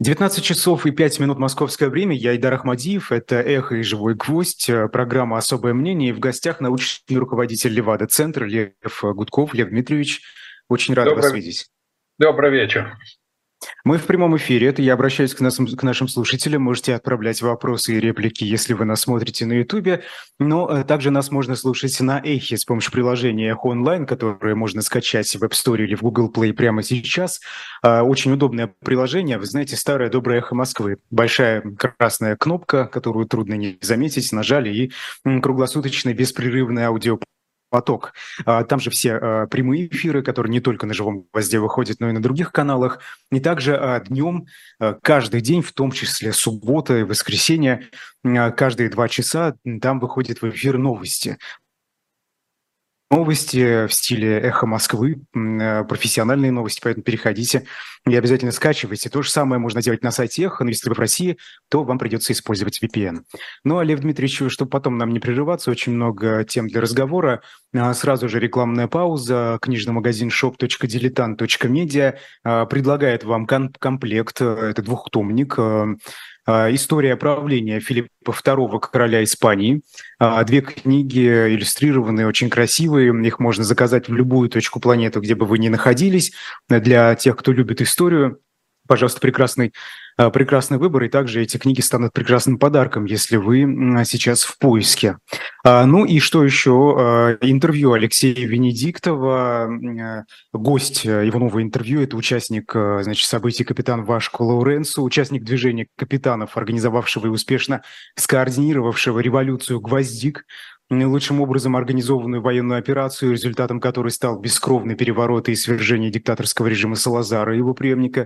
19 часов и 5 минут московское время. Я Айдар Ахмадиев. Это «Эхо» и «Живой гвоздь». Программа «Особое мнение». И в гостях научный руководитель Левада-центра Лев Гудков. Лев Дмитриевич, очень рад вас Добрый, видеть. добрый вечер. Мы в прямом эфире. Это я обращаюсь к нашим слушателям. Можете отправлять вопросы и реплики, если вы нас смотрите на Ютубе. Но также нас можно слушать на Эхе с помощью приложения Эхо Онлайн, которое можно скачать в App Store или в Google Play прямо сейчас. Очень удобное приложение. Вы знаете, старое доброе Эхо Москвы. Большая красная кнопка, которую трудно не заметить. Нажали, и круглосуточный беспрерывный аудиопоток. Там же все прямые эфиры, которые не только на «Живом гвозде» выходят, но и на других каналах. И также днем, каждый день, в том числе суббота и воскресенье, каждые 2 часа там выходят в эфир новости. Новости в стиле «Эхо Москвы», профессиональные новости, поэтому переходите и обязательно скачивайте. То же самое можно делать на сайте «Эхо», но если вы в России, то вам придется использовать VPN. Ну, а, Лев Дмитриевич, чтобы потом нам не прерываться, очень много тем для разговора. Сразу же рекламная пауза. Книжный магазин shop.diletant.media предлагает вам комплект, это двухтомник, «История правления Филиппа II, короля Испании». 2 книги иллюстрированные, очень красивые. Их можно заказать в любую точку планеты, где бы вы ни находились. Для тех, кто любит историю, пожалуйста, прекрасный выбор. И также эти книги станут прекрасным подарком, если вы сейчас в поиске. Ну и что еще? Интервью Алексея Венедиктова. Гость его нового интервью – это участник, значит, событий капитан Вашко Лоуренцо, участник движения капитанов, организовавшего и успешно скоординировавшего революцию «Гвоздик», лучшим образом организованную военную операцию, результатом которой стал бескровный переворот и свержение диктаторского режима Салазара и его преемника.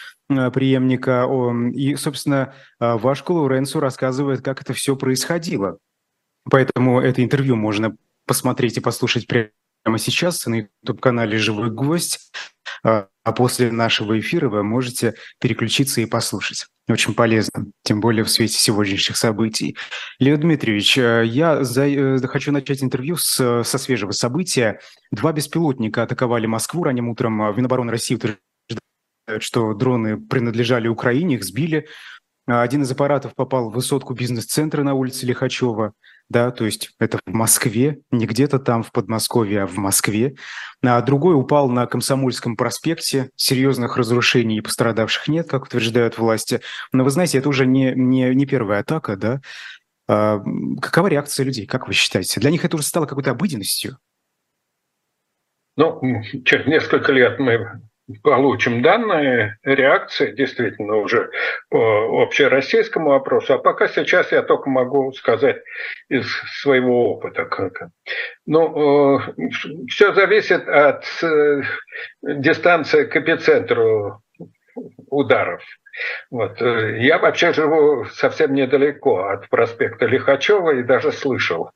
И, собственно, Вашко Лоуренцо рассказывает, как это все происходило. Поэтому это интервью можно посмотреть и послушать прямо сейчас на YouTube-канале «Живой гвоздь». А после нашего эфира вы можете переключиться и послушать. Очень полезно, тем более в свете сегодняшних событий. Лев Дмитриевич, я хочу начать интервью со свежего события. 2 беспилотника атаковали Москву ранним утром. Минобороны России утверждает, что дроны принадлежали Украине, их сбили. Один из аппаратов попал в высотку бизнес-центра на улице Лихачева, да, то есть это в Москве, не где-то там в Подмосковье, а в Москве. Другой упал на Комсомольском проспекте, серьезных разрушений и пострадавших нет, как утверждают власти. Но вы знаете, это уже не первая атака, да. Какова реакция людей, как вы считаете? Для них это уже стало какой-то обыденностью? Ну, через несколько лет мы получим данные, реакции действительно уже по общероссийскому вопросу, а пока сейчас я только могу сказать из своего опыта. Ну, все зависит от дистанции к эпицентру ударов. Вот. Я вообще живу совсем недалеко от проспекта Лихачева и даже слышал.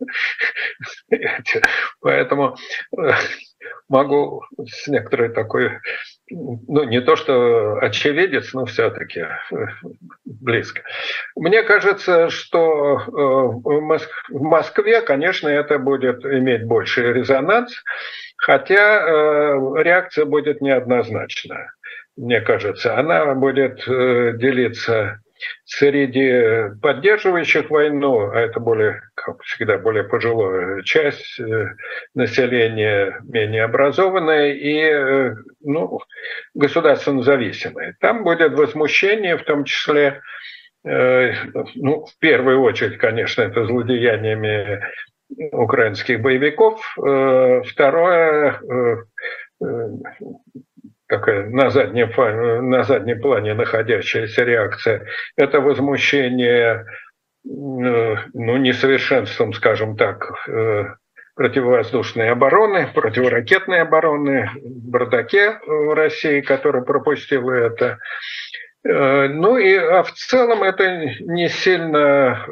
Поэтому могу с некоторой такой, ну не то что очевидец, но все-таки близко. Мне кажется, что в Москве, конечно, это будет иметь больший резонанс, хотя реакция будет неоднозначная. Мне кажется, она будет делиться среди поддерживающих войну, а это более, как всегда, более пожилая часть населения, менее образованная и государственно зависимая. Там будет возмущение, в том числе, в первую очередь, конечно, это злодеяниями украинских боевиков. Второе, такая на заднем плане находящаяся реакция, это возмущение несовершенством, скажем так, противовоздушной обороны, противоракетной обороны, бардаке в России, который пропустил это. В целом это не сильно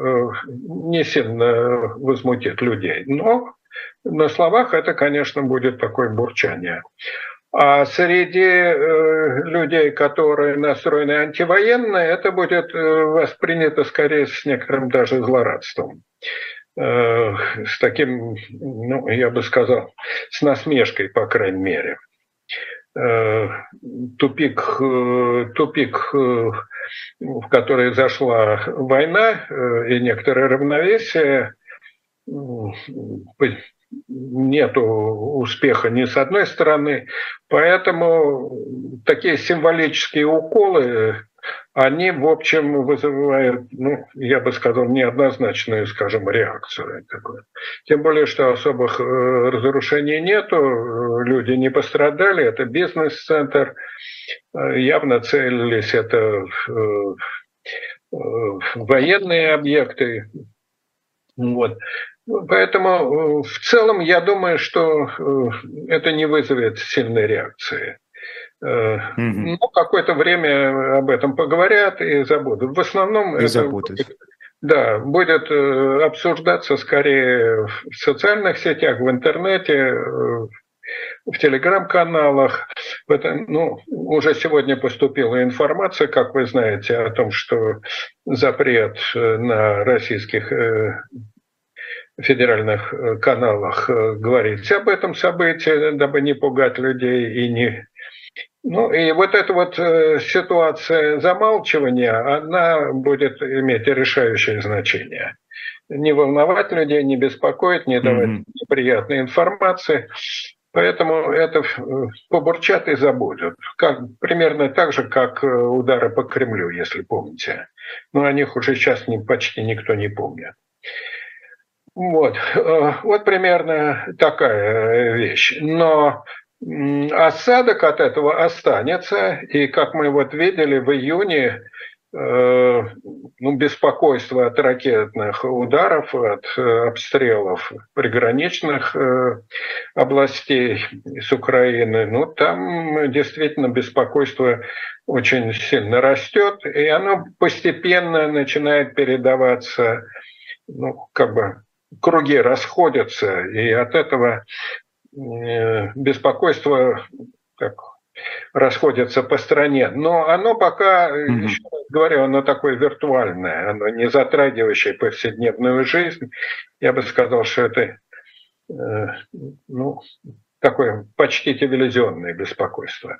возмутит людей. Но на словах это, конечно, будет такое бурчание. А среди людей, которые настроены антивоенно, это будет воспринято скорее с некоторым даже злорадством. С таким, я бы сказал, с насмешкой, по крайней мере. Тупик в которые зашла война и некоторое равновесие, нету успеха ни с одной стороны, поэтому такие символические уколы, они, в общем, вызывают, я бы сказал, неоднозначную, скажем, реакцию. Тем более, что особых разрушений нету, люди не пострадали, это бизнес-центр, явно целились это военные объекты. Вот. Поэтому в целом я думаю, что это не вызовет сильной реакции. Ну, какое-то время об этом поговорят и забудут. В основном будет обсуждаться скорее в социальных сетях, в интернете, в телеграм-каналах. Уже сегодня поступила информация, как вы знаете, о том, что запрет на российских федеральных каналах говорить об этом событии, дабы не пугать людей и не... и вот эта вот ситуация замалчивания, она будет иметь решающее значение. Не волновать людей, не беспокоить, не давать неприятной информации. Поэтому это побурчат и забудут. Примерно так же, как удары по Кремлю, если помните. Но о них уже сейчас почти никто не помнит. Вот примерно такая вещь. Но осадок от этого останется. И как мы видели в июне, беспокойство от ракетных ударов, от обстрелов приграничных областей с Украины, там действительно беспокойство очень сильно растет, и оно постепенно начинает передаваться, круги расходятся, и от этого беспокойство расходится по стране. Но оно пока, еще раз говорю, оно такое виртуальное, оно не затрагивающее повседневную жизнь. Я бы сказал, что это такое почти телевизионное беспокойство.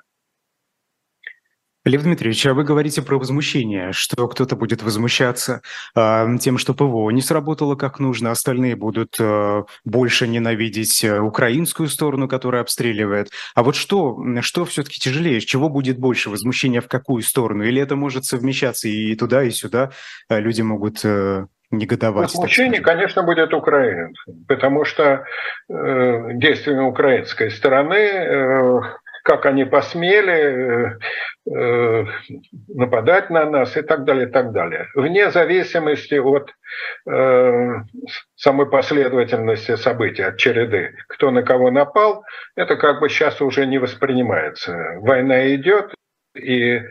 Лев Дмитриевич, а вы говорите про возмущение, что кто-то будет возмущаться тем, что ПВО не сработало как нужно, остальные будут больше ненавидеть украинскую сторону, которая обстреливает. А вот что все-таки тяжелее? С чего будет больше? Возмущения в какую сторону? Или это может совмещаться и туда, и сюда? Люди могут негодовать? Возмущение, конечно, будет украинцев, потому что действия украинской стороны... как они посмели нападать на нас и так далее, и так далее. Вне зависимости от самой последовательности событий, от череды, кто на кого напал, это сейчас уже не воспринимается. Война идет, и,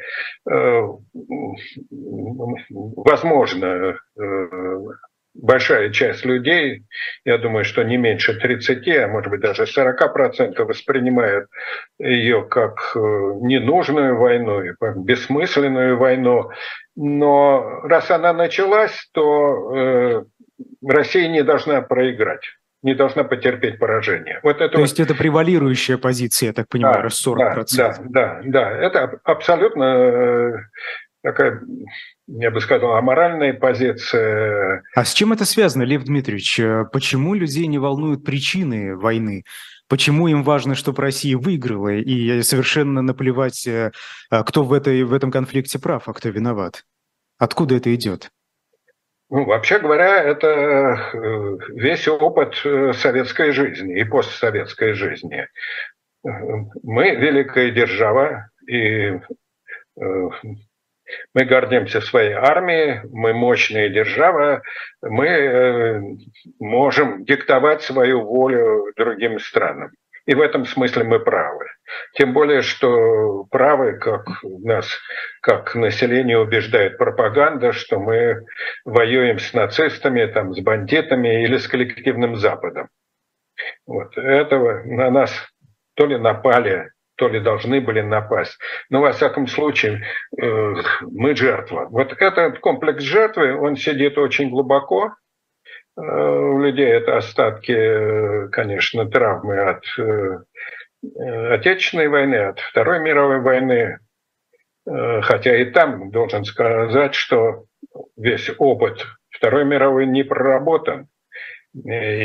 возможно, большая часть людей, я думаю, что не меньше 30, а может быть даже 40% воспринимают ее как ненужную войну, как бессмысленную войну. Но раз она началась, то Россия не должна проиграть, не должна потерпеть поражение. То есть это превалирующая позиция, я так понимаю, раз 40%. Да, это абсолютно такая, я бы сказал, аморальная позиция. А с чем это связано, Лев Дмитриевич? Почему людей не волнуют причины войны? Почему им важно, чтобы Россия выиграла, и совершенно наплевать, кто в этом конфликте прав, а кто виноват? Откуда это идет? Вообще говоря, это весь опыт советской жизни и постсоветской жизни. Мы великая держава, и мы гордимся своей армией, мы мощная держава, мы можем диктовать свою волю другим странам. И в этом смысле мы правы. Тем более, что правы, как нас, как население убеждает пропаганда, что мы воюем с нацистами, с бандитами или с коллективным Западом. Этого на нас то ли напали, то ли должны были напасть. Но, во всяком случае, мы жертва. Этот комплекс жертвы, он сидит очень глубоко. У людей это остатки, конечно, травмы от Отечественной войны, от Второй мировой войны. Хотя и там должен сказать, что весь опыт Второй мировой не проработан. И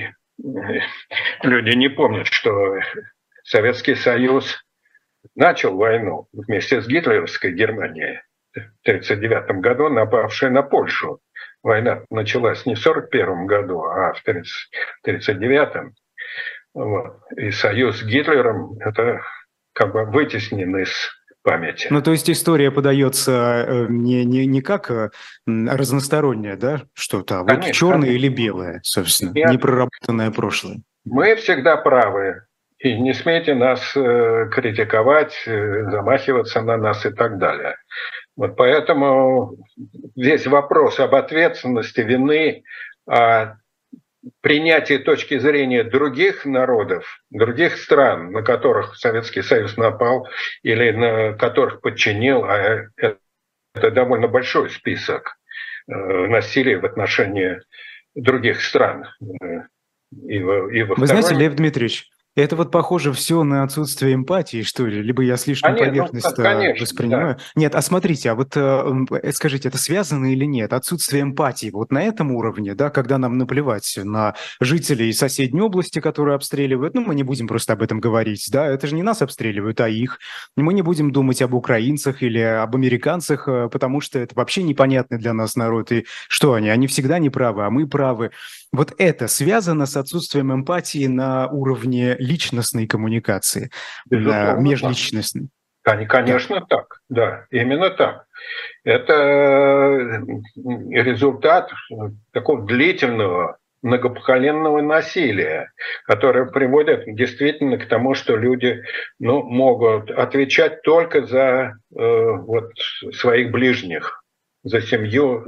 люди не помнят, что Советский Союз начал войну вместе с гитлеровской Германией в 1939 году, напавшей на Польшу. Война началась не в 1941 году, а в 1939. Вот. И союз с Гитлером – это как бы вытеснен из памяти. Ну, то есть история подается не как разносторонняя, да, что-то, а вот черное или белое, собственно, непроработанное прошлое. Мы всегда правы. И не смейте нас критиковать, замахиваться на нас и так далее. Вот поэтому весь вопрос об ответственности, вины, о принятии точки зрения других народов, других стран, на которых Советский Союз напал или на которых подчинил, а это довольно большой список насилия в отношении других стран. Вы знаете, Лев Дмитриевич, это вот похоже все на отсутствие эмпатии, что ли? Либо я слишком поверхностно воспринимаю. Да. Нет, а смотрите, а вот скажите, это связано или нет? Отсутствие эмпатии вот на этом уровне, да, когда нам наплевать на жителей соседней области, которые обстреливают, ну, мы не будем просто об этом говорить, да, это же не нас обстреливают, а их. Мы не будем думать об украинцах или об американцах, потому что это вообще непонятный для нас народ. И что они? Они всегда не правы, а мы правы. Вот это связано с отсутствием эмпатии на уровне личностной коммуникации, межличностной. Конечно, так, да, именно так. Это результат такого длительного многопоколенного насилия, которое приводит действительно к тому, что люди могут отвечать только за своих ближних, за семью,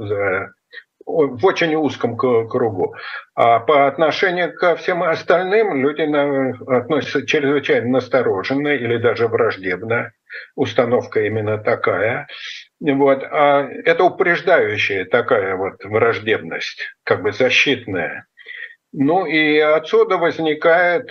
в очень узком кругу. А по отношению ко всем остальным люди относятся чрезвычайно настороженно или даже враждебно. Установка именно такая. Вот. А это упреждающая такая вот враждебность, как бы защитная. Ну и отсюда возникает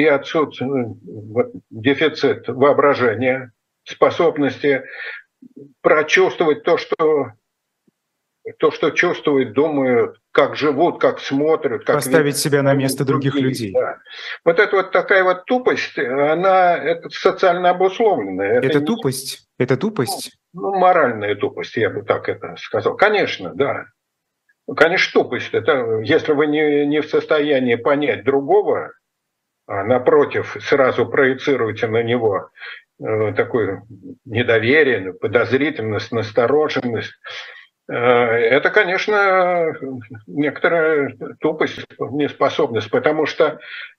дефицит воображения, способности прочувствовать то, что чувствуют, думают, как живут, как смотрят. Как поставить себя на место других людей. Да. Вот это вот такая вот тупость, это социально обусловленная. Это тупость? Это тупость? Моральная тупость, я бы так это сказал. Конечно, да. Конечно, тупость. Это если вы не в состоянии понять другого, а напротив, сразу проецируете на него такое недоверие, подозрительность, настороженность, это, конечно, некоторая тупость, неспособность, потому что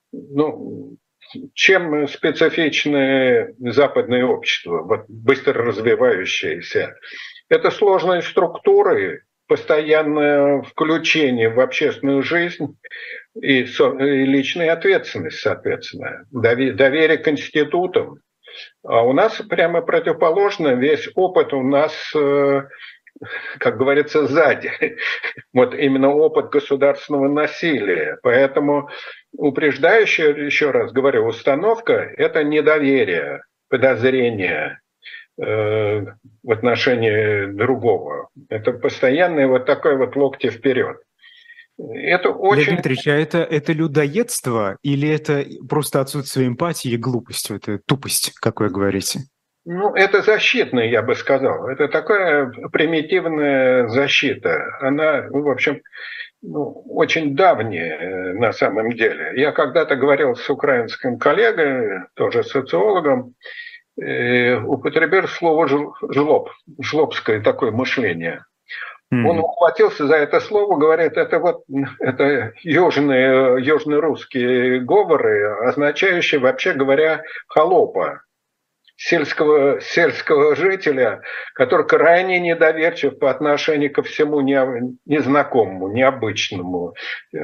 чем специфичны западные общества, вот быстро развивающиеся, это сложные структуры, постоянное включение в общественную жизнь и личная ответственность, соответственно, доверие к институтам. А у нас прямо противоположно, весь опыт у нас, как говорится, сзади. Вот именно опыт государственного насилия. Поэтому упреждающая, еще раз говорю, установка – это недоверие, подозрение в отношении другого. Это постоянное вот такое вот локти вперед. Это очень... Лев Дмитриевич, а это людоедство или это просто отсутствие эмпатии и глупость, это тупость, как вы говорите? Это защитная, я бы сказал. Это такая примитивная защита. Она, в общем, очень давняя на самом деле. Я когда-то говорил с украинским коллегой, тоже социологом, употребил слово «жлобское» такое мышление. Он ухватился за это слово, говорит, это южно-русские говоры, означающие, вообще говоря, холопа, сельского жителя, который крайне недоверчив по отношению ко всему незнакомому, необычному,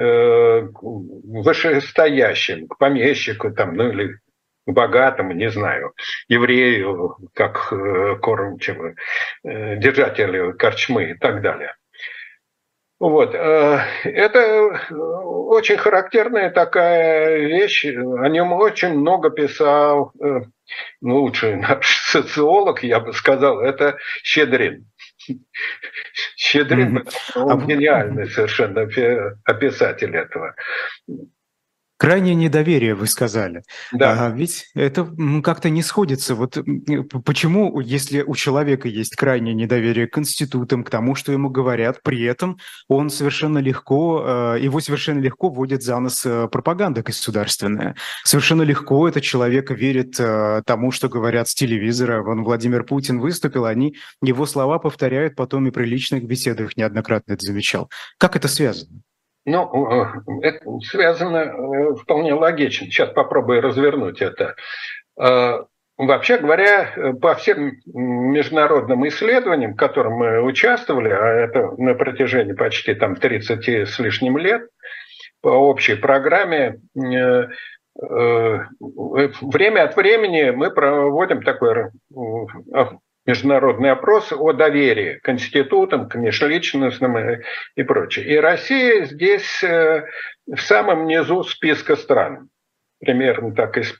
вышестоящему, к помещику или богатому, не знаю, еврею, как кормчему, держателю корчмы и так далее. Вот. Это очень характерная такая вещь. О нем очень много писал лучший наш социолог, я бы сказал, это Щедрин. Щедрин, он гениальный совершенно описатель этого. Крайнее недоверие, вы сказали. Да. Ведь это как-то не сходится. Вот почему, если у человека есть крайнее недоверие к институтам, к тому, что ему говорят, при этом он совершенно легко, его совершенно легко вводит за нос пропаганда государственная. Совершенно легко этот человек верит тому, что говорят с телевизора. Вон Владимир Путин выступил, они его слова повторяют потом и при личных беседах неоднократно это замечал. Как это связано? Ну, это связано вполне логично. Сейчас попробую развернуть это. Вообще говоря, по всем международным исследованиям, в которых мы участвовали, а это на протяжении почти 30 с лишним лет, по общей программе, время от времени мы проводим такой международный опрос о доверии к институтам, к межличностным и прочее. И Россия здесь в самом низу списка стран. Примерно так из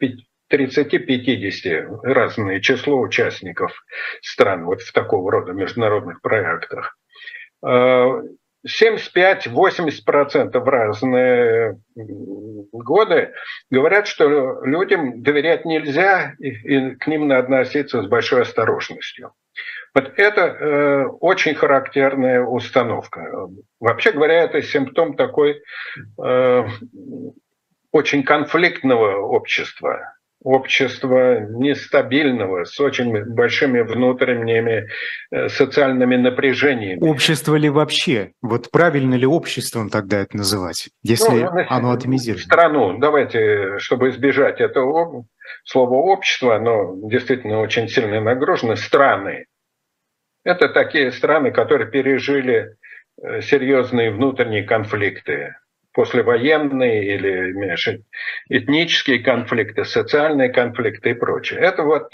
30-50 разное число участников стран вот в такого рода международных проектах. 75-80% в разные годы говорят, что людям доверять нельзя, и к ним надо относиться с большой осторожностью. Вот это очень характерная установка. Вообще говоря, это симптом такой очень конфликтного общества. Общества нестабильного, с очень большими внутренними социальными напряжениями. Общество ли вообще? Вот правильно ли обществом тогда это называть, если оно атомизировано? Страну, давайте, чтобы избежать этого слова «общество», оно действительно очень сильно нагружено, страны. Это такие страны, которые пережили серьезные внутренние конфликты. Послевоенные или этнические конфликты, социальные конфликты и прочее. Это вот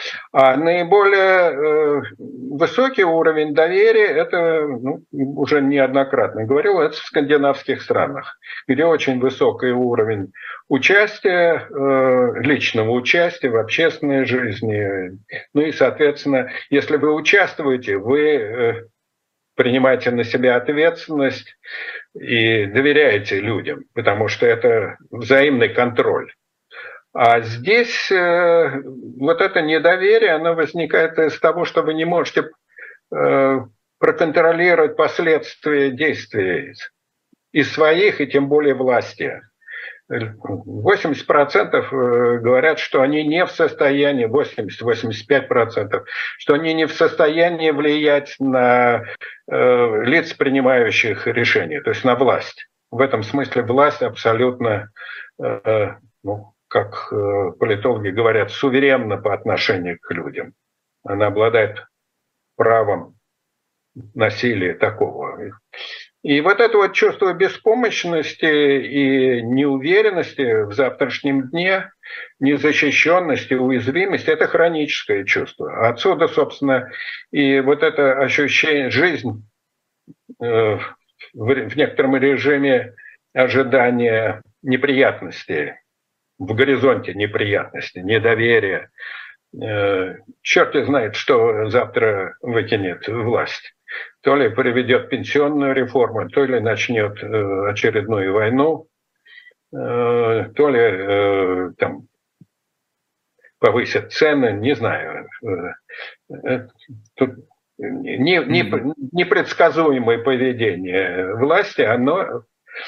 наиболее высокий уровень доверия, это уже неоднократно говорил, это в скандинавских странах, где очень высокий уровень участия, личного участия в общественной жизни. Ну и, соответственно, если вы участвуете, вы принимаете на себя ответственность и доверяете людям, потому что это взаимный контроль. А здесь вот это недоверие, оно возникает из того, что вы не можете проконтролировать последствия действий и своих, и тем более власти. 80% говорят, что они не в состоянии, 80-85%, что они не в состоянии влиять на лиц, принимающих решения, то есть на власть. В этом смысле власть абсолютно, как политологи говорят, суверенна по отношению к людям. Она обладает правом насилия такого. И вот это вот чувство беспомощности и неуверенности в завтрашнем дне, незащищенности, уязвимости – это хроническое чувство. Отсюда, собственно, и вот это ощущение жизни в некотором режиме ожидания неприятностей, в горизонте неприятностей, недоверия. Черт знает, что завтра выкинет власть. То ли проведет пенсионную реформу, то ли начнет очередную войну, то ли там повысят цены, не знаю. Тут непредсказуемое поведение власти, оно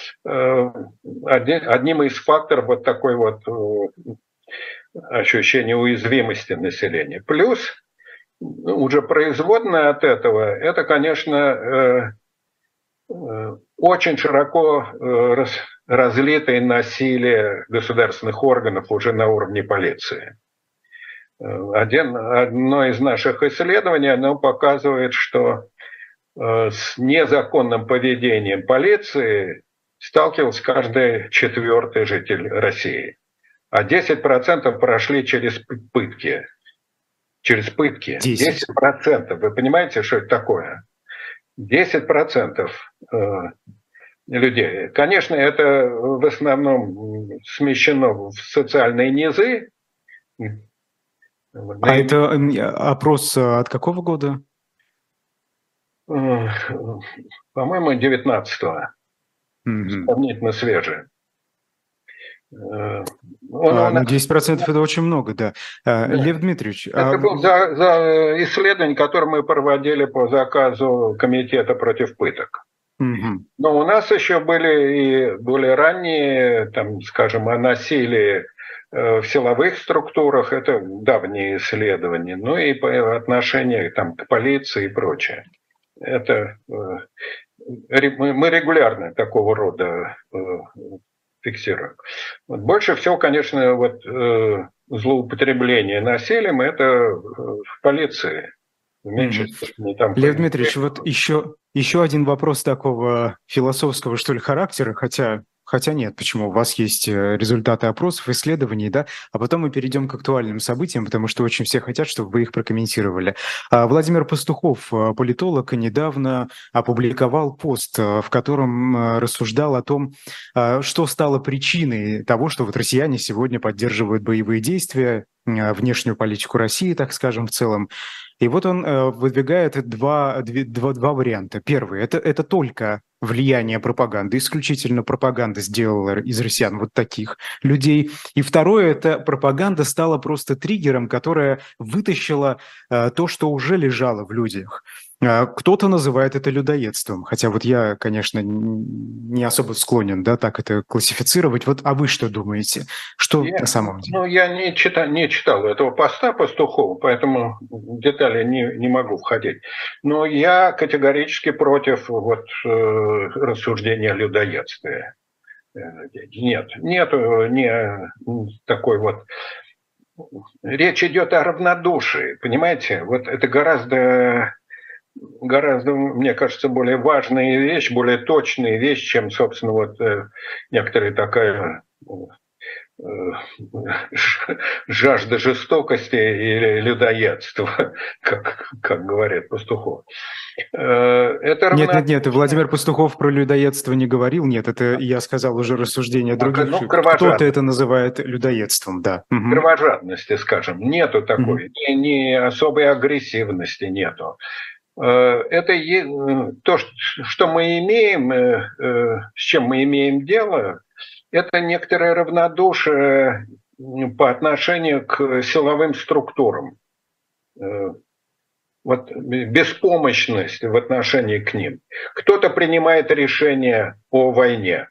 одним из факторов вот такой вот ощущения уязвимости населения. Плюс уже производное от этого, это, конечно, очень широко разлитое насилие государственных органов уже на уровне полиции. Одно из наших исследований, оно показывает, что с незаконным поведением полиции сталкивался каждый четвертый житель России. А 10% прошли через пытки. Через пытки. 10%. Вы понимаете, что это такое? 10% людей. Конечно, это в основном смещено в социальные низы. А это опрос от какого года? По-моему, 19-го. Сравнительно свежий. Ну, 10% это очень много, да. Лев Дмитриевич. Это был за исследование, которое мы проводили по заказу Комитета против пыток. Но у нас еще были и более ранние, там, скажем, о насилии в силовых структурах, это давние исследования, ну и по отношению там, к полиции и прочее. Это мы регулярно такого рода фиксируем. Вот больше всего, конечно, вот злоупотребление насилием это в полиции. В меньшей степени там. Лев Дмитриевич, вот еще один вопрос такого философского, что ли, характера, хотя нет, почему? У вас есть результаты опросов, исследований, да? А потом мы перейдем к актуальным событиям, потому что очень все хотят, чтобы вы их прокомментировали. Владимир Пастухов, политолог, недавно опубликовал пост, в котором рассуждал о том, что стало причиной того, что вот россияне сегодня поддерживают боевые действия, внешнюю политику России, так скажем, в целом. И вот он выдвигает два варианта. Первый – это только влияние пропаганды, исключительно пропаганда сделала из россиян вот таких людей. И второе – это пропаганда стала просто триггером, которая вытащила то, что уже лежало в людях. Кто-то называет это людоедством, хотя вот я, конечно, не особо склонен, да, так это классифицировать. Вот, а вы что думаете? Что на самом деле? Ну, я не читал этого поста Пастухова, поэтому в детали не могу входить. Но я категорически против вот, рассуждения о людоедстве. Нету такой вот... Речь идет о равнодушии, понимаете? Вот это гораздо, мне кажется, более важная вещь, более точная вещь, чем, собственно, вот некоторая такая жажда жестокости или людоедства, как говорит Пастухов. Нет, Владимир Пастухов про людоедство не говорил, нет, это я сказал уже рассуждение других. Кто-то это называет людоедством, да. Кровожадности, скажем, нету такой, ни особой агрессивности нету. Это то, что мы имеем, с чем мы имеем дело, это некоторое равнодушие по отношению к силовым структурам. Вот беспомощность в отношении к ним. Кто-то принимает решение о войне.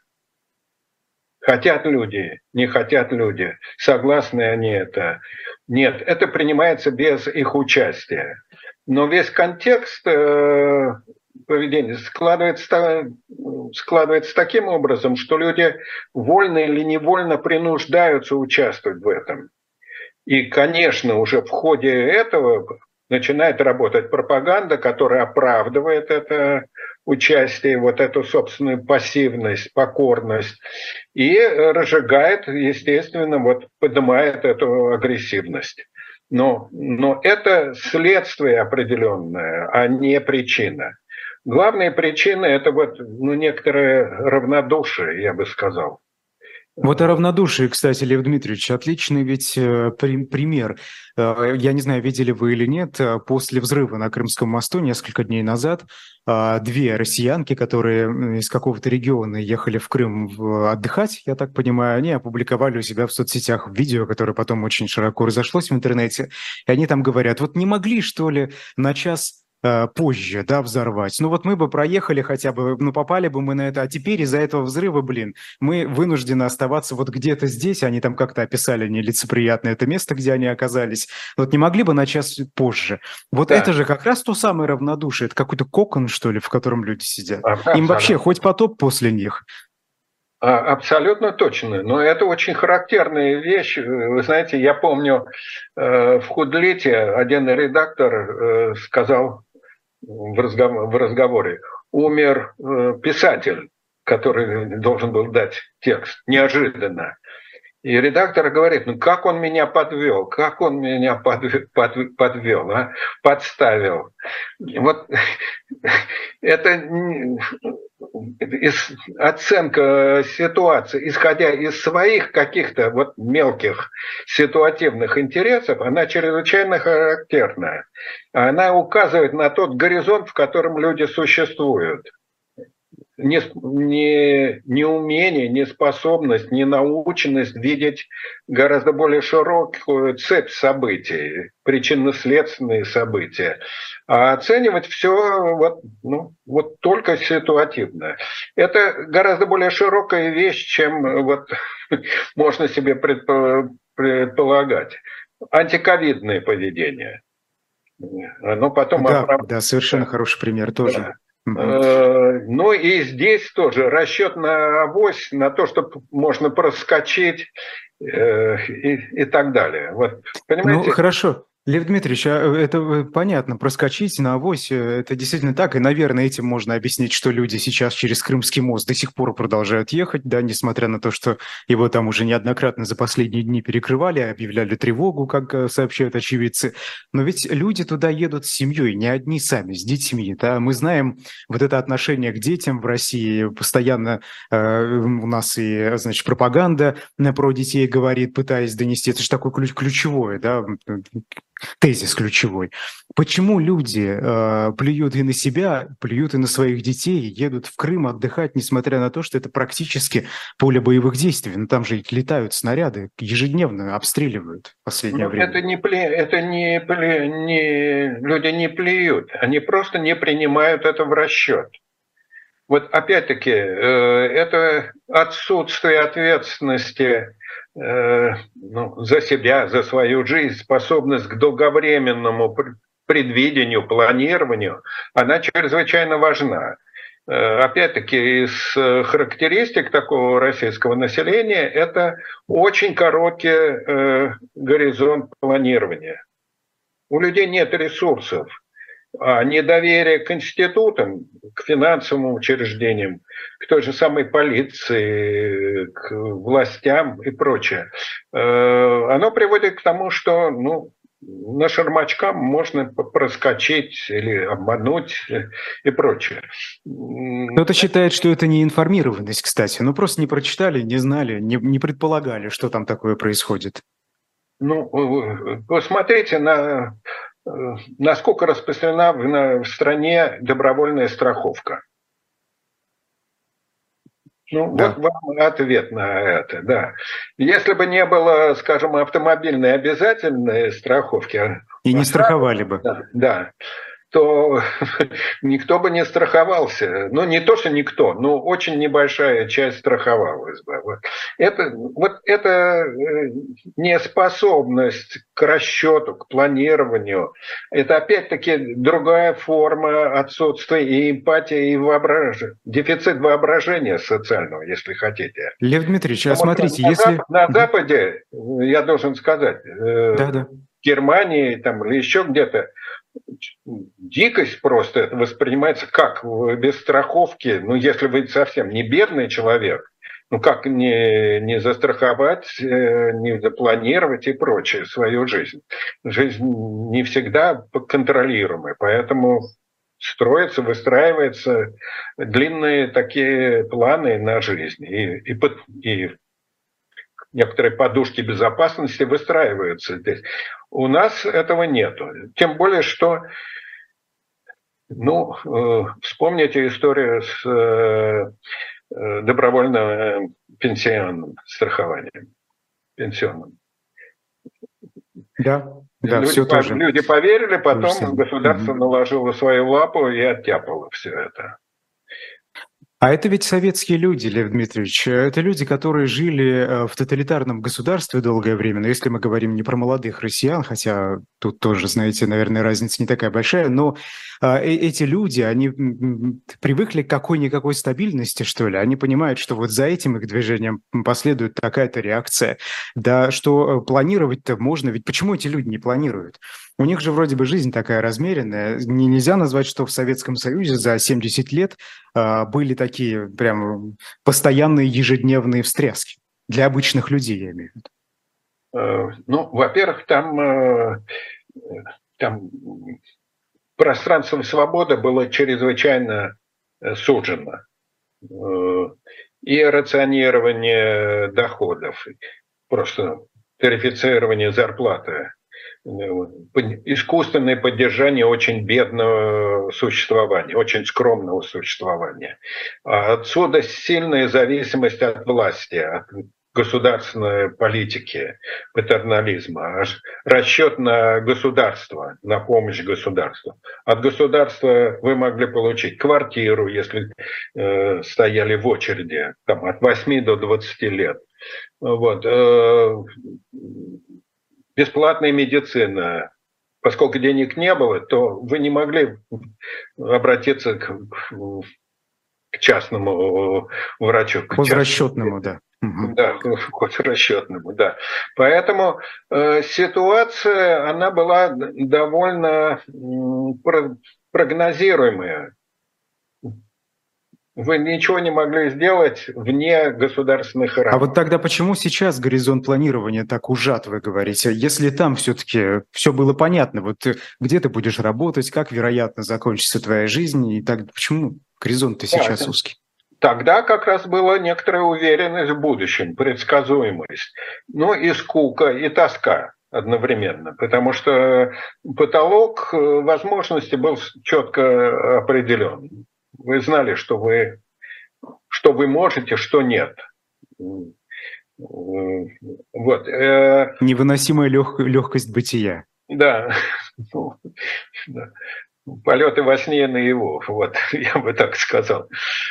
Хотят люди, не хотят люди, согласны они это. Нет, это принимается без их участия. Но весь контекст поведения складывается таким образом, что люди вольно или невольно принуждаются участвовать в этом. И, конечно, уже в ходе этого начинает работать пропаганда, которая оправдывает это участие, вот эту собственную пассивность, покорность, и разжигает, естественно, вот поднимает эту агрессивность. Но это следствие определенное, а не причина. Главная причина – это вот, некоторое равнодушие, я бы сказал. Вот о равнодушии, кстати, Лев Дмитриевич, отличный ведь пример. Я не знаю, видели вы или нет, после взрыва на Крымском мосту несколько дней назад две россиянки, которые из какого-то региона ехали в Крым отдыхать, я так понимаю, они опубликовали у себя в соцсетях видео, которое потом очень широко разошлось в интернете, и они там говорят, вот не могли, что ли, на час позже, да, взорвать. Ну вот мы бы проехали хотя бы, попали бы мы на это, а теперь из-за этого взрыва, мы вынуждены оставаться вот где-то здесь, они там как-то описали нелицеприятно это место, где они оказались. Вот не могли бы на час позже. Вот да. Это же как раз то самое равнодушие, это какой-то кокон, что ли, в котором люди сидят. Им вообще хоть потоп после них. Абсолютно точно, но это очень характерная вещь. Вы знаете, я помню, в Худлите один редактор сказал в разговоре, умер писатель, который должен был дать текст, неожиданно. И редактор говорит, как он меня подвел, подставил. Вот это оценка ситуации, исходя из своих каких-то вот мелких ситуативных интересов, она чрезвычайно характерная. Она указывает на тот горизонт, в котором люди существуют. Неумение, неспособность, ненаученность видеть гораздо более широкую цепь событий, причинно-следственные события, а оценивать все вот только ситуативно. Это гораздо более широкая вещь, чем вот можно себе предполагать. Антиковидное поведение. Оно потом да, совершенно хороший пример тоже. Да. Ну и здесь тоже расчет на авось, на то, что можно проскочить и так далее. Вот, понимаете? Ну, хорошо. Лев Дмитриевич, это понятно, проскочить на авось, это действительно так, и, наверное, этим можно объяснить, что люди сейчас через Крымский мост до сих пор продолжают ехать, да, несмотря на то, что его там уже неоднократно за последние дни перекрывали, объявляли тревогу, как сообщают очевидцы. Но ведь люди туда едут с семьей, не одни сами, с детьми, да. Мы знаем вот это отношение к детям в России, постоянно у нас и, значит, пропаганда про детей говорит, пытаясь донести, это же такое ключевое, да, тезис ключевой. Почему люди плюют и на себя, плюют и на своих детей, едут в Крым отдыхать, несмотря на то, что это практически поле боевых действий? Но там же летают снаряды, ежедневно обстреливают в последнее время. Люди не плюют, они просто не принимают это в расчет. Вот опять-таки, это отсутствие ответственности за себя, за свою жизнь, способность к долговременному предвидению, планированию, она чрезвычайно важна. Опять-таки, из характеристик такого российского населения это очень короткий горизонт планирования. У людей нет ресурсов. А недоверие к институтам, к финансовым учреждениям, к той же самой полиции, к властям и прочее, оно приводит к тому, что на шармачкам можно проскочить или обмануть и прочее. Кто-то считает, что это не информированность, кстати. Просто не прочитали, не знали, не предполагали, что там такое происходит. Посмотрите насколько распространена в стране добровольная страховка. Да. Вот вам ответ на это, да. Если бы не было, скажем, автомобильной обязательной страховки... И не страховали бы. Да, то никто бы не страховался. Не то, что никто, но очень небольшая часть страховалась бы. Это неспособность к расчету, к планированию. Это опять-таки другая форма отсутствия и эмпатии, и воображения. Дефицит воображения социального, если хотите. Лев Дмитриевич, а смотрите, если... На Западе, я должен сказать, в Германии там, или еще где-то, дикость просто это воспринимается как без страховки, если вы совсем не бедный человек, как не застраховать, не запланировать и прочее свою жизнь. Жизнь не всегда контролируемая, поэтому строятся, выстраиваются длинные такие планы на жизнь. И некоторые подушки безопасности выстраиваются здесь. У нас этого нету. Тем более, что, вспомните историю с добровольным пенсионным страхованием. Пенсионным. Да, все тоже. Люди поверили, потом государство наложило свою лапу и оттяпало все это. А это ведь советские люди, Лев Дмитриевич. Это люди, которые жили в тоталитарном государстве долгое время. Но если мы говорим не про молодых россиян, хотя тут тоже, знаете, наверное, разница не такая большая, но эти люди, они привыкли к какой-никакой стабильности, что ли. Они понимают, что вот за этим их движением последует такая-то реакция. Да, что планировать-то можно. Ведь почему эти люди не планируют? У них же вроде бы жизнь такая размеренная. Нельзя назвать, что в Советском Союзе за 70 лет были такие прям постоянные ежедневные встряски. Для обычных людей, я имею в виду. Во-первых, там пространство свободы было чрезвычайно сужено. И рационирование доходов, просто тарифицирование зарплаты, искусственное поддержание очень бедного существования, очень скромного существования. Отсюда сильная зависимость от власти, от государственной политики, патернализма, расчет на государство, на помощь государству. От государства вы могли получить квартиру, если стояли в очереди, там, от 8 до 20 лет. Вот. Бесплатная медицина. Поскольку денег не было, то вы не могли обратиться к частному врачу. К хозрасчетному, да. Да, хозрасчетному, да. Поэтому ситуация, она была довольно прогнозируемая. Вы ничего не могли сделать вне государственных рамок. А вот тогда почему сейчас горизонт планирования так ужат, вы говорите? Если там все-таки все было понятно, вот где ты будешь работать, как, вероятно, закончится твоя жизнь, и так почему горизонт-то сейчас узкий? Тогда как раз была некоторая уверенность в будущем, предсказуемость. Ну и скука, и тоска одновременно, потому что потолок возможностей был четко определен. Вы знали, что вы можете, что нет. Вот. Невыносимая легкость бытия. Да. Полеты во сне и наяву, вот, я бы так сказал.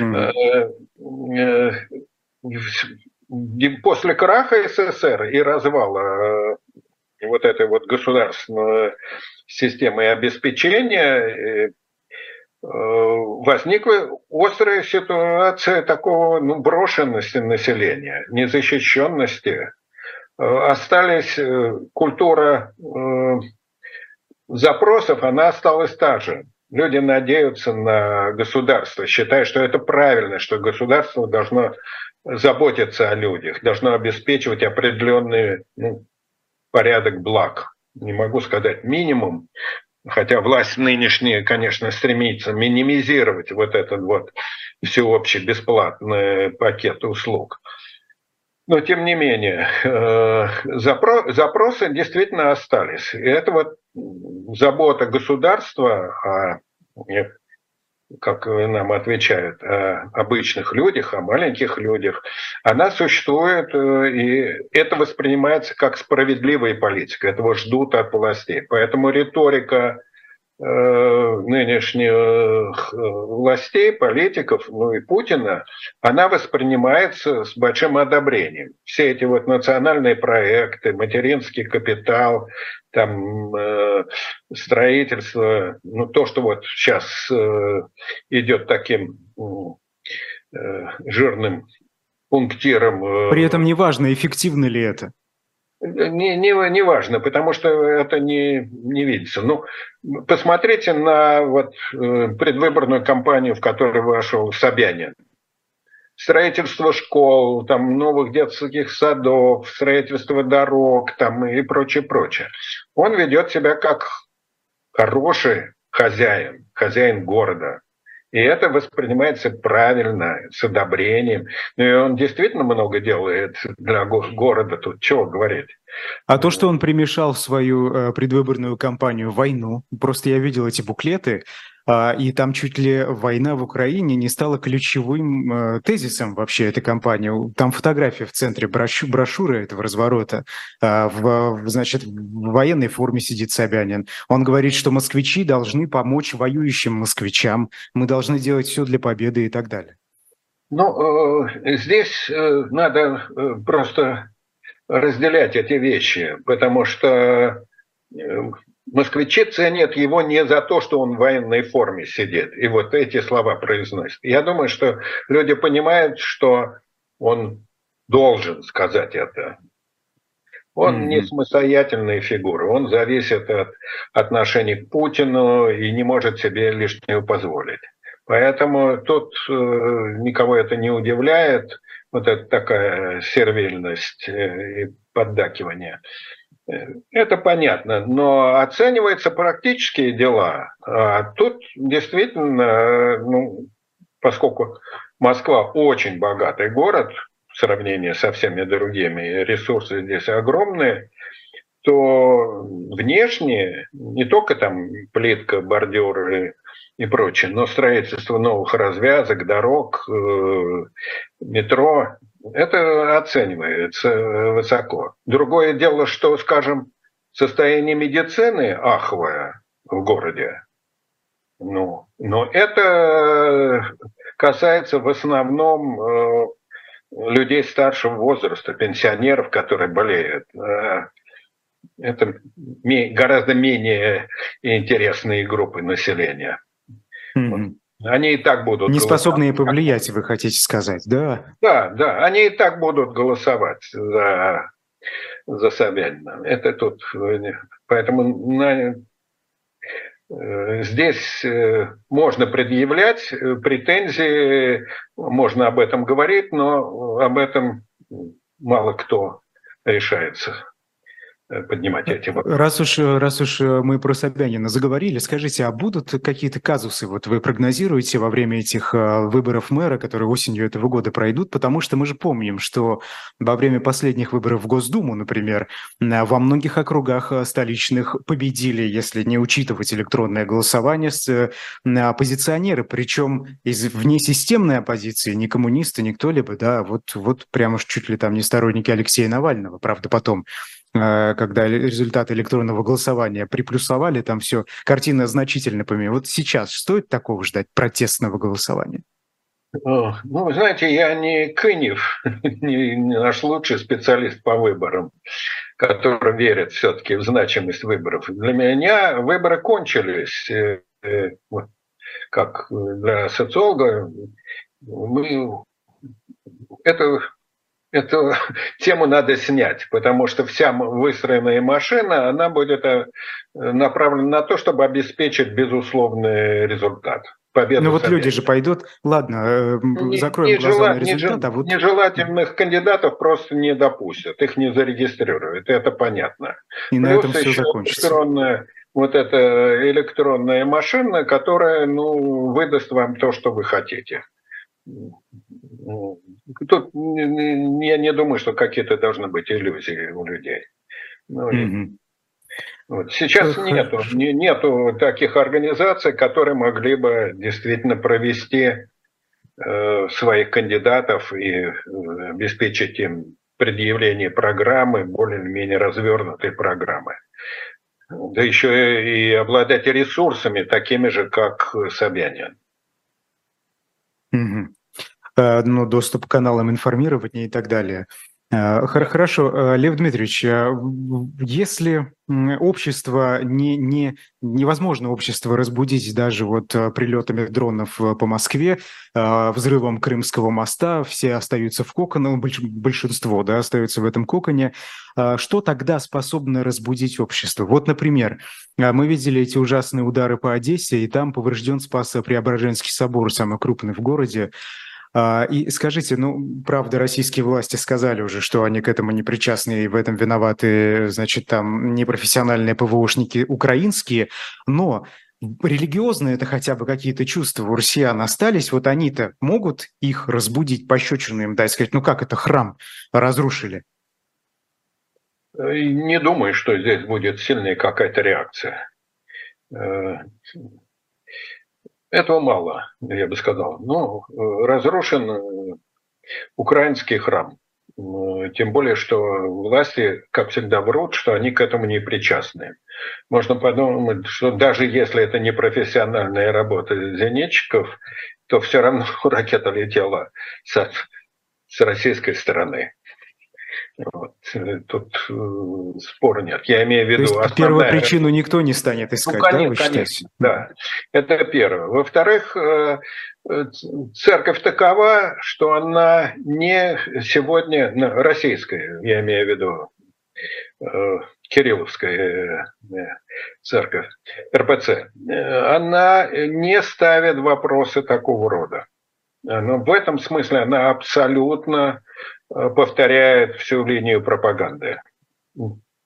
После краха СССР и развала вот этой вот государственной системы обеспечения возникла острая ситуация такого брошенности населения, незащищенности. Остались культура запросов, она осталась та же. Люди надеются на государство, считая, что это правильно, что государство должно заботиться о людях, должно обеспечивать определенный порядок благ. Не могу сказать минимум, хотя власть нынешняя, конечно, стремится минимизировать вот этот вот всеобщий бесплатный пакет услуг. Но, тем не менее, запросы действительно остались. И это вот забота государства, как нам отвечают, о обычных людях, о маленьких людях, она существует, и это воспринимается как справедливая политика. Этого ждут от властей. Поэтому риторика нынешних властей, политиков, и Путина, она воспринимается с большим одобрением. Все эти вот национальные проекты, материнский капитал, там строительство, то, что вот сейчас идет таким жирным пунктиром. При этом неважно, эффективно ли это. Не важно, потому что это не видится. Посмотрите на вот предвыборную кампанию, в которой вошел Собянин. Строительство школ, там, новых детских садов, строительство дорог там, и прочее, прочее. Он ведет себя как хороший хозяин города. И это воспринимается правильно, с одобрением. И он действительно много делает для города, тут чего говорить. А то, что он примешал в свою предвыборную кампанию войну, просто я видел эти буклеты, и там чуть ли война в Украине не стала ключевым тезисом вообще этой кампании. Там фотография в центре брошюры этого разворота. Значит, в военной форме сидит Собянин. Он говорит, что москвичи должны помочь воюющим москвичам, мы должны делать все для победы и так далее. Здесь надо просто разделять эти вещи, потому что москвичи ценят его не за то, что он в военной форме сидит и вот эти слова произносит. Я думаю, что люди понимают, что он должен сказать это. Он не самостоятельная фигура, он зависит от отношений к Путину и не может себе лишнего позволить. Поэтому тут никого это не удивляет, вот эта такая сервильность и поддакивание. Это понятно, но оцениваются практические дела. А тут действительно, ну, поскольку Москва очень богатый город в сравнении со всеми другими, ресурсы здесь огромные, то внешне не только там плитка, бордюры и прочее, но строительство новых развязок, дорог, метро, это оценивается высоко. Другое дело, что, скажем, состояние медицины аховое в городе. Ну, но это касается в основном людей старшего возраста, пенсионеров, которые болеют. Это гораздо менее интересные группы населения. Мгм. Они и так будут Не способные голосовать. повлиять, вы хотите сказать, да? Да, они и так будут голосовать за Собянина. Это тут, поэтому здесь можно предъявлять претензии, можно об этом говорить, но об этом мало кто решается поднимать эти вопросы. Раз уж мы про Собянина заговорили, скажите, а будут какие-то казусы, вот вы прогнозируете во время этих выборов мэра, которые осенью этого года пройдут? Потому что мы же помним, что во время последних выборов в Госдуму, например, во многих округах столичных победили, если не учитывать электронное голосование, оппозиционеры, причем из внесистемной оппозиции, не коммунисты, не кто-либо, да, вот прямо чуть ли там не сторонники Алексея Навального, правда, потом когда результаты электронного голосования приплюсовали, там все, картина значительно поменялась. Вот сейчас стоит такого ждать протестного голосования? Ну, вы знаете, я не Кынев, не наш лучший специалист по выборам, который верит все-таки в значимость выборов. Для меня выборы кончились, как для социолога. Эту тему надо снять, потому что вся выстроенная машина, она будет направлена на то, чтобы обеспечить безусловный результат. Победу. Ну вот люди же пойдут, ладно, закроем глаза на результат, а вот... Нежелательных кандидатов просто не допустят, их не зарегистрируют, это понятно. И плюс на этом все еще закончится. эта электронная машина, которая, выдаст вам то, что вы хотите. Тут я не думаю, что какие-то должны быть иллюзии у людей. Сейчас нету таких организаций, которые могли бы действительно провести своих кандидатов и обеспечить им предъявление программы, более-менее развернутой программы. Да еще и обладать ресурсами, такими же, как Собянин. Доступ к каналам информирования и так далее. Хорошо, Лев Дмитриевич, если общество невозможно общество разбудить даже вот прилетами дронов по Москве, взрывом Крымского моста, все остаются в коконе, большинство, да, остаются в этом коконе, что тогда способно разбудить общество? Вот, например, мы видели эти ужасные удары по Одессе, и там поврежден Спасо-Преображенский собор, самый крупный в городе. И скажите, правда, российские власти сказали уже, что они к этому не причастны и в этом виноваты, значит, там непрофессиональные ПВОшники украинские, но религиозные это хотя бы какие-то чувства у россиян остались, вот они-то могут их разбудить, пощечину им дать, сказать, как это храм разрушили? Не думаю, что здесь будет сильная какая-то реакция. Этого мало, я бы сказал. Разрушен украинский храм. Тем более, что власти, как всегда, врут, что они к этому не причастны. Можно подумать, что даже если это не профессиональная работа зенитчиков, то все равно ракета летела с российской стороны. Тут спора нет. Я имею в виду... То есть первую причину никто не станет искать, конечно, да, вы считаете? Да, это первое. Во-вторых, церковь такова, что она не сегодня, российская, я имею в виду Кирилловская церковь, РПЦ, она не ставит вопросы такого рода. Но в этом смысле она абсолютно повторяет всю линию пропаганды.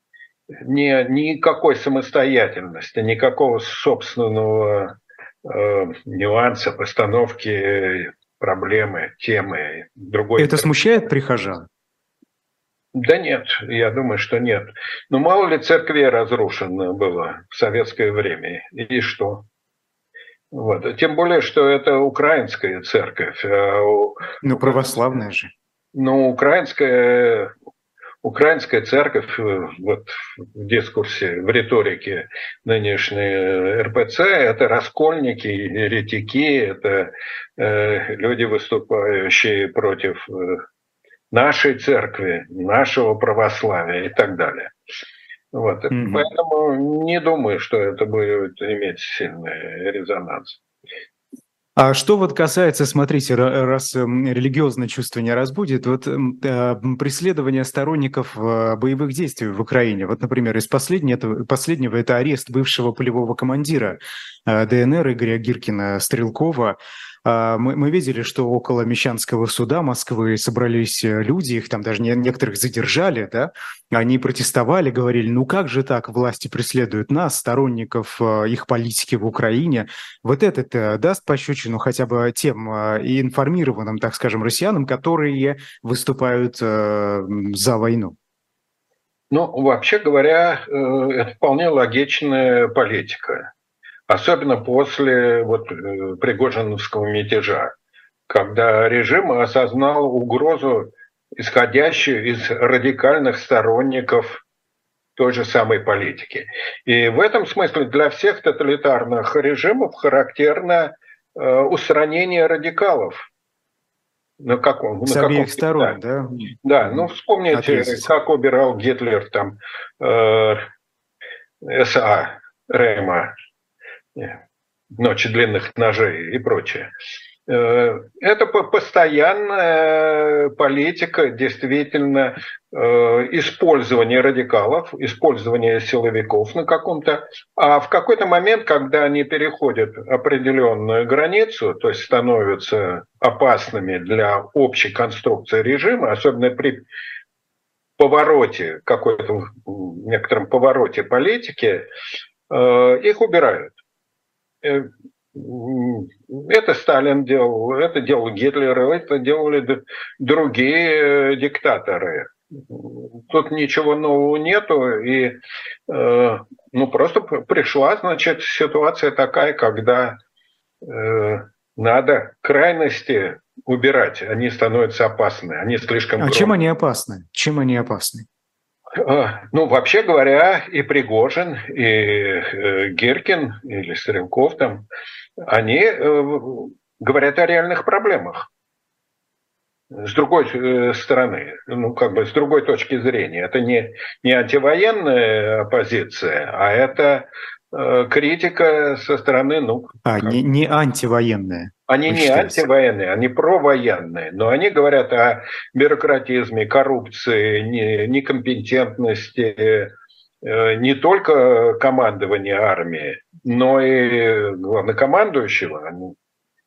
никакой самостоятельности, никакого собственного нюанса, постановки проблемы, темы, другой Это интерпретации. смущает прихожан? Да нет, я думаю, что нет. Но мало ли церквей разрушено было в советское время. И что? Вот. Тем более, что это украинская церковь. Ну, православная же. Ну, украинская церковь вот, в дискурсе, в риторике нынешней РПЦ – это раскольники, еретики, это люди, выступающие против нашей церкви, нашего православия и так далее. Вот. Поэтому не думаю, что это будет иметь сильный резонанс. А что вот касается, смотрите, раз религиозное чувство не разбудит, вот преследование сторонников боевых действий в Украине, вот, например, из последнего это арест бывшего полевого командира ДНР Игоря Гиркина Стрелкова. Мы видели, что около Мещанского суда Москвы собрались люди, их там даже некоторых задержали, да, они протестовали, говорили, ну как же так, власти преследуют нас, сторонников их политики в Украине. Вот это даст пощечину хотя бы тем и информированным, так скажем, россиянам, которые выступают за войну? Ну, вообще говоря, это вполне логичная политика. Особенно после вот, Пригожиновского мятежа, когда режим осознал угрозу, исходящую из радикальных сторонников той же самой политики. И в этом смысле для всех тоталитарных режимов характерно устранение радикалов. С обеих сторон, да? Да, ну вспомните, как убирал Гитлер там СА, Рейма, ночи длинных ножей и прочее. Это постоянная политика, действительно, использования радикалов, использования силовиков на каком-то... А в какой-то момент, когда они переходят определенную границу, то есть становятся опасными для общей конструкции режима, особенно при повороте, какой-то некотором повороте политики, их убирают. Это Сталин делал, это делал Гитлер, это делали другие диктаторы. Тут ничего нового нету, и ну, просто пришла, значит, ситуация такая, когда надо крайности убирать, они становятся опасны, они слишком громкие. А чем они опасны? Чем они опасны? Ну, вообще говоря, и Пригожин, и Гиркин, или Стрелков там, они говорят о реальных проблемах. С другой стороны, ну, как бы с другой точки зрения, это не антивоенная оппозиция, а это критика со стороны, ну... не антивоенная. Они не антивоенные, они провоенные, но они говорят о бюрократизме, коррупции, некомпетентности не только командования армии, но и главнокомандующего. Они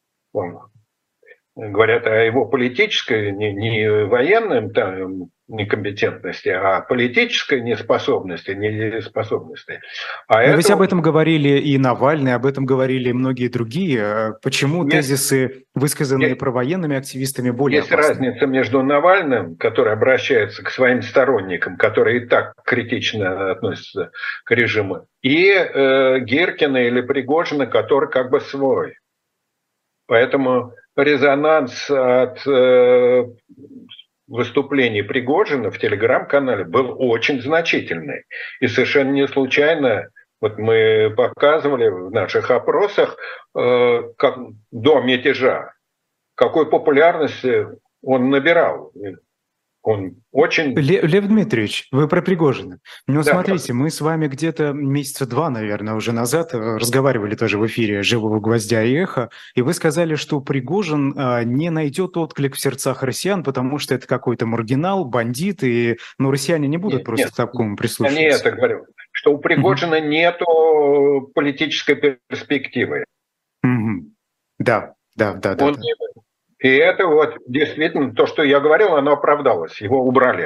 говорят о его политической, не военной некомпетентности, а политической неспособности, недееспособности. Но ведь об этом говорили и Навальный, об этом говорили и многие другие. Почему тезисы, высказанные провоенными активистами, более опасны? Есть разница между Навальным, который обращается к своим сторонникам, которые и так критично относятся к режиму, и Гиркина или Пригожина, который как бы свой. Поэтому резонанс от выступлений Пригожина в телеграм-канале был очень значительный. И совершенно не случайно, вот мы показывали в наших опросах, как до мятежа, какой популярности он набирал. Он очень... Лев Дмитриевич, вы про Пригожина. Ну, да, смотрите, мы с вами где-то месяца 2, наверное, уже назад разговаривали тоже в эфире «Живого гвоздя» и «Эхо», и вы сказали, что Пригожин не найдет отклик в сердцах россиян, потому что это какой-то маргинал, бандит, и россияне не будут просто к такому прислушиваться. Я не это говорю, что у Пригожина нету политической перспективы. Да. И это вот действительно, то, что я говорил, оно оправдалось. Его убрали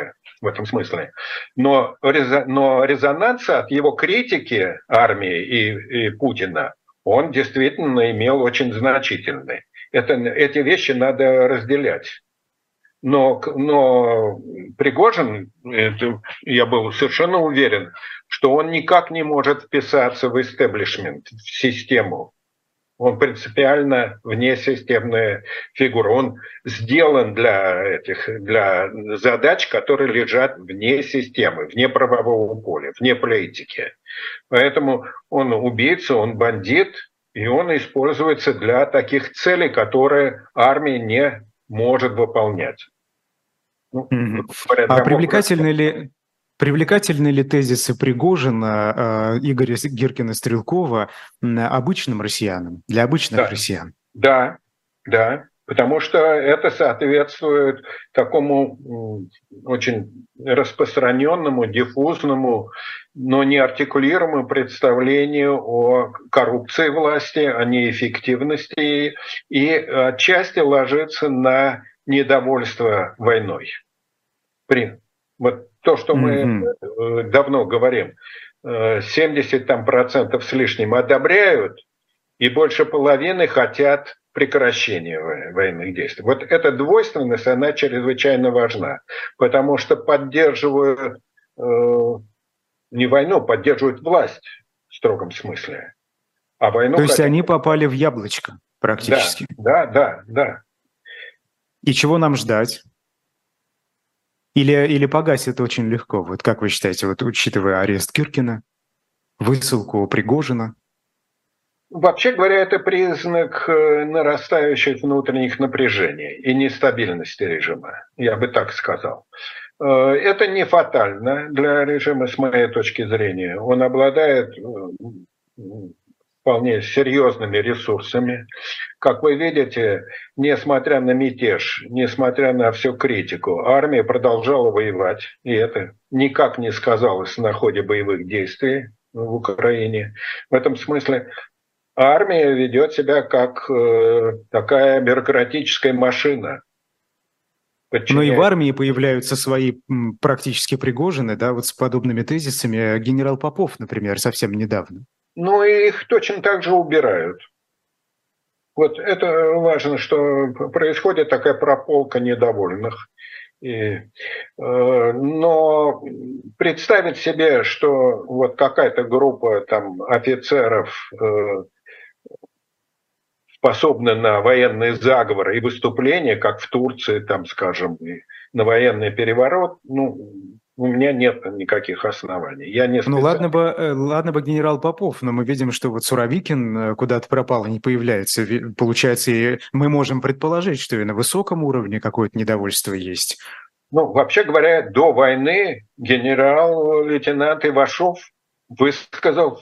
в этом смысле. Но резонанса от его критики армии и Путина он действительно имел очень значительный. Эти вещи надо разделять. Но Пригожин, я был совершенно уверен, что он никак не может вписаться в истеблишмент, в систему. Он принципиально внесистемная фигура. Он сделан для задач, которые лежат вне системы, вне правового поля, вне политики. Поэтому он убийца, он бандит, и он используется для таких целей, которые армия не может выполнять. А привлекательны ли тезисы Пригожина, Игоря Гиркина-Стрелкова обычным россиянам, для обычных россиян? Да, потому что это соответствует такому очень распространенному, диффузному, но не артикулируемому представлению о коррупции власти, о неэффективности и отчасти ложится на недовольство войной. Вот то, что мы давно говорим, 70% с лишним одобряют, и больше половины хотят прекращения военных действий. Вот эта двойственность, она чрезвычайно важна, потому что поддерживают не войну, поддерживают власть в строгом смысле. А войну то есть они попали в яблочко практически. Да. И чего нам ждать? Или погасит очень легко? Вот как вы считаете, вот учитывая арест Гиркина, высылку Пригожина? Вообще говоря, это признак нарастающих внутренних напряжений и нестабильности режима, я бы так сказал. Это не фатально для режима, с моей точки зрения. Он обладает вполне серьезными ресурсами. Как вы видите, несмотря на мятеж, несмотря на всю критику, армия продолжала воевать, и это никак не сказалось на ходе боевых действий в Украине. В этом смысле армия ведет себя как такая бюрократическая машина. Но и в армии появляются свои практически Пригожины, да, вот с подобными тезисами. Генерал Попов, например, совсем недавно. Ну, и их точно так же убирают. Вот это важно, что происходит такая прополка недовольных. Но представить себе, что вот какая-то группа там офицеров способны на военные заговоры и выступления, как в Турции, там, скажем, на военный переворот, у меня нет никаких оснований. Я не ладно бы генерал Попов, но мы видим, что вот Суровикин куда-то пропал и не появляется. Получается, и мы можем предположить, что и на высоком уровне какое-то недовольство есть. Вообще говоря, до войны генерал-лейтенант Ивашов высказал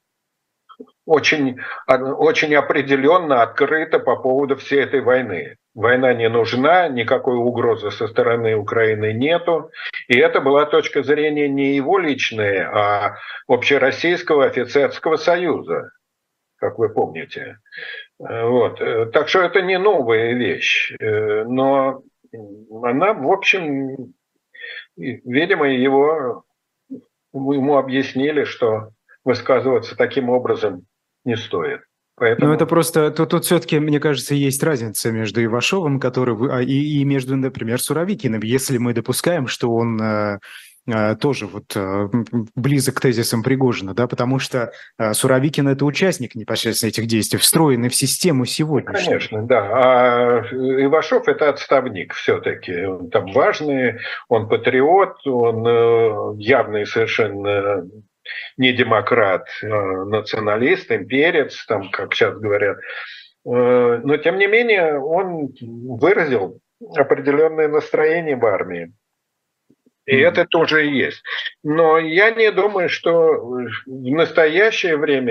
очень определенно, открыто по поводу всей этой войны. Война не нужна, никакой угрозы со стороны Украины нету. И это была точка зрения не его личная, а Общероссийского офицерского союза, как вы помните. Вот. Так что это не новая вещь. Но она, в общем, видимо, ему объяснили, что высказываться таким образом не стоит. Поэтому... Но это просто... Тут все-таки, мне кажется, есть разница между Ивашовым, и между, например, Суровикиным. Если мы допускаем, что он тоже вот близок к тезисам Пригожина, да, потому что Суровикин – это участник непосредственно этих действий, встроенный в систему сегодняшнюю. Конечно, да. А Ивашов – это отставник все-таки. Он там важный, он патриот, он явный совершенно... не демократ, националист, имперец, там, как сейчас говорят. Но, тем не менее, он выразил определенное настроение в армии. И это тоже и есть. Но я не думаю, что в настоящее время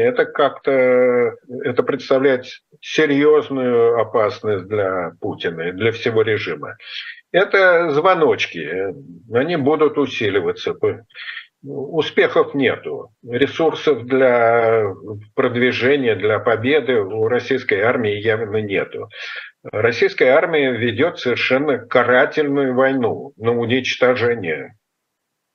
это представляет серьезную опасность для Путина и для всего режима. Это звоночки, они будут усиливаться. Успехов нету. Ресурсов для продвижения, для победы у российской армии явно нету. Российская армия ведет совершенно карательную войну на уничтожение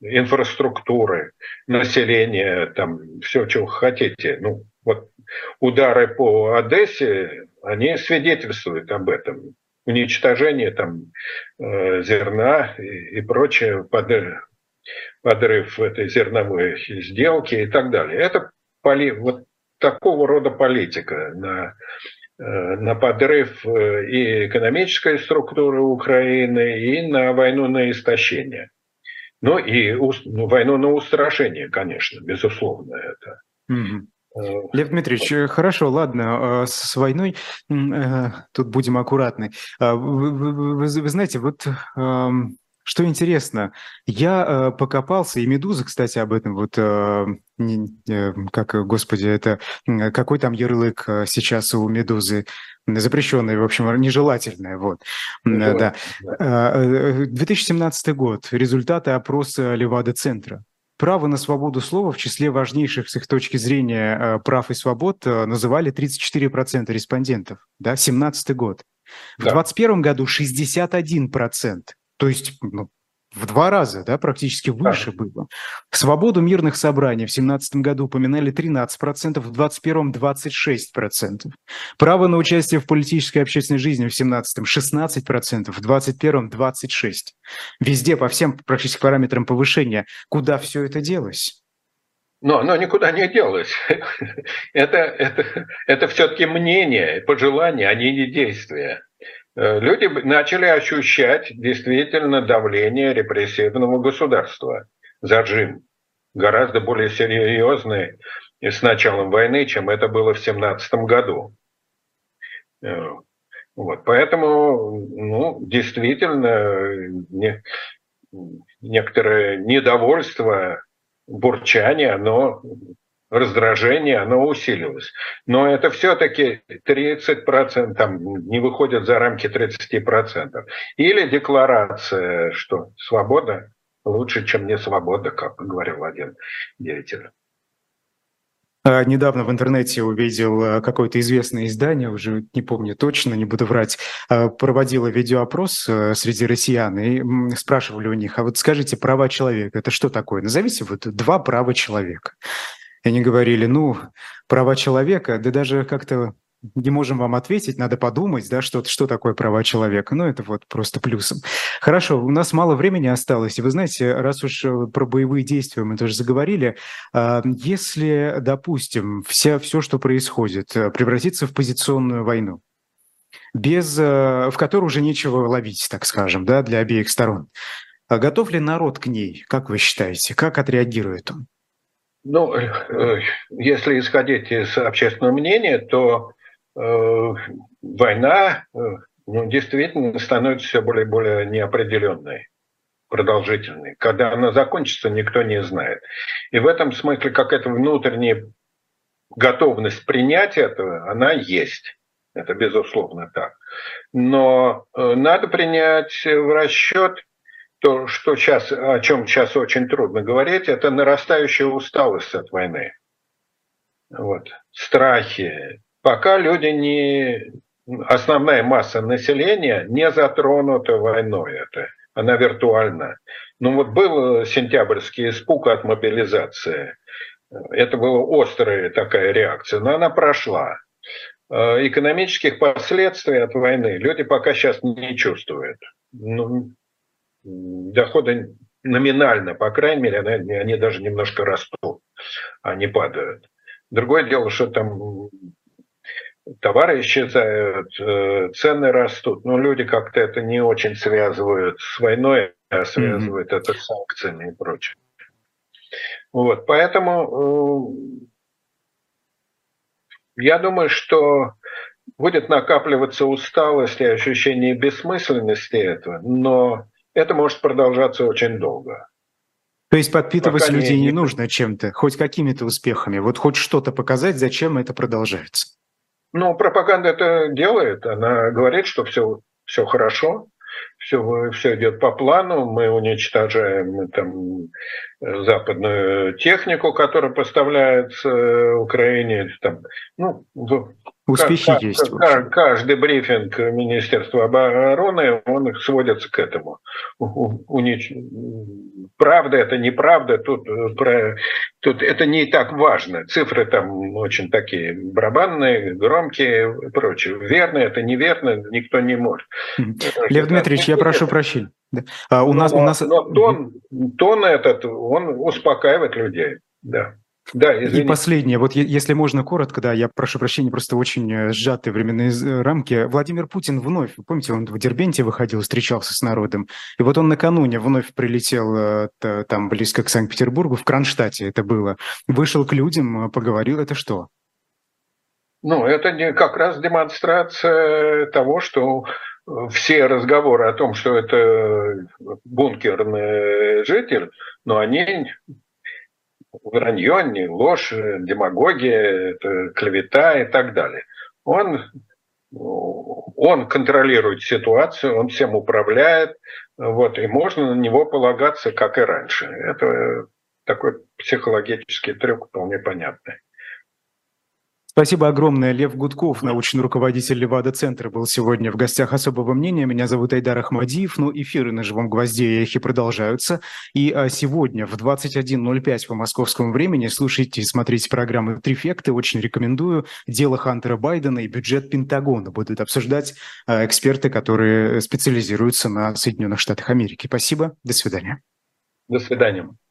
инфраструктуры, населения, там, все, чего хотите. Ну, вот удары по Одессе, они свидетельствуют об этом. Уничтожение там зерна и прочее, подрыв этой зерновой сделки и так далее. Это вот такого рода политика на подрыв и экономической структуры Украины, и на войну на истощение. Ну и войну на устрашение, конечно, безусловно, это. Лев Дмитриевич, хорошо, ладно, с войной тут будем аккуратны. Вы знаете, вот что интересно, я покопался, и «Медуза», кстати, об этом вот, как, господи, это, какой там ярлык сейчас у «Медузы», запрещенный, в общем, нежелательное, вот. Да. 2017 год, результаты опроса Левада-центра. Право на свободу слова в числе важнейших с их точки зрения прав и свобод называли 34% респондентов, да, 2017 год. В 2021 году 61%, то есть в 2 раза, да, практически выше было. Свободу мирных собраний в 2017 году упоминали 13%, в 2021 – 26%. Право на участие в политической и общественной жизни в 2017 – 16%, в 2021 – 26%. Везде по всем практически параметрам повышения. Куда все это делось? Но оно никуда не делось. Это все-таки мнение, пожелание, а не действия. Люди начали ощущать действительно давление репрессивного государства, зажим, гораздо более серьезный с началом войны, чем это было в 2017 году. Вот, поэтому, действительно, некоторое недовольство, бурчание, раздражение, оно усилилось. Но это все-таки 30%, там, не выходит за рамки 30%. Или декларация, что свобода лучше, чем не свобода, как говорил один деятель. Недавно в интернете увидел какое-то известное издание, уже не помню точно, не буду врать, проводило видеоопрос среди россиян и спрашивали у них, а вот скажите, права человека, это что такое? Назовите вот 2 права человека. И они говорили, права человека, да даже как-то не можем вам ответить, надо подумать, да, что такое права человека. Это вот просто плюсом. Хорошо, у нас мало времени осталось. И вы знаете, раз уж про боевые действия мы тоже заговорили, если, допустим, все, что происходит, превратится в позиционную войну, в которой уже нечего ловить, так скажем, да, для обеих сторон, готов ли народ к ней, как вы считаете, как отреагирует он? Если исходить из общественного мнения, то война действительно становится все более и более неопределенной, продолжительной. Когда она закончится, никто не знает. И в этом смысле какая-то внутренняя готовность принять этого, она есть. Это безусловно так. Но надо принять в расчет то, что сейчас, о чем сейчас очень трудно говорить, это нарастающая усталость от войны. Вот. Страхи. Пока основная масса населения не затронута войной. Она виртуальна. Был сентябрьский испуг от мобилизации. Это была острая такая реакция, но она прошла. Экономических последствий от войны люди пока сейчас не чувствуют. Доходы номинально, по крайней мере, они даже немножко растут, а не падают. Другое дело, что там товары исчезают, цены растут. Люди как-то это не очень связывают с войной, а связывают это с санкциями и прочее. Вот, поэтому я думаю, что будет накапливаться усталость и ощущение бессмысленности этого, но это может продолжаться очень долго. То есть подпитывать людей не нужно чем-то, хоть какими-то успехами, вот хоть что-то показать, зачем это продолжается? Пропаганда это делает, она говорит, что все хорошо, все идет по плану, мы уничтожаем там западную технику, которая поставляется Украине, Успехи есть, в общем. Каждый брифинг Министерства обороны, он их сводится к этому. Правда это, неправда, тут это не так важно. Цифры там очень такие барабанные, громкие и прочее. Верно это, неверно, никто не может. Лев Дмитриевич, я прошу прощения. Да. Но тон этот, он успокаивает людей, да. Да, и последнее, вот если можно коротко, да, я прошу прощения, просто очень сжатые временные рамки. Владимир Путин вновь, помните, он в Дербенте выходил, встречался с народом, и вот он накануне вновь прилетел там близко к Санкт-Петербургу, в Кронштадте это было, вышел к людям, поговорил, это что? Ну, это как раз демонстрация того, что все разговоры о том, что это бункерный житель, но они вранье, не ложь, демагогия, это клевета и так далее. Он контролирует ситуацию, он всем управляет, вот, и можно на него полагаться, как и раньше. Это такой психологический трюк вполне понятный. Спасибо огромное. Лев Гудков, научный руководитель Левада-центра, был сегодня в гостях «Особого мнения». Меня зовут Айдар Ахмадиев. Ну, эфиры на «Живом гвозде» и «Эхе» продолжаются. И сегодня в 21:05 по московскому времени слушайте и смотрите программы «Трифекты». Очень рекомендую. Дело Хантера Байдена и бюджет Пентагона будут обсуждать эксперты, которые специализируются на Соединенных Штатах Америки. Спасибо. До свидания. До свидания.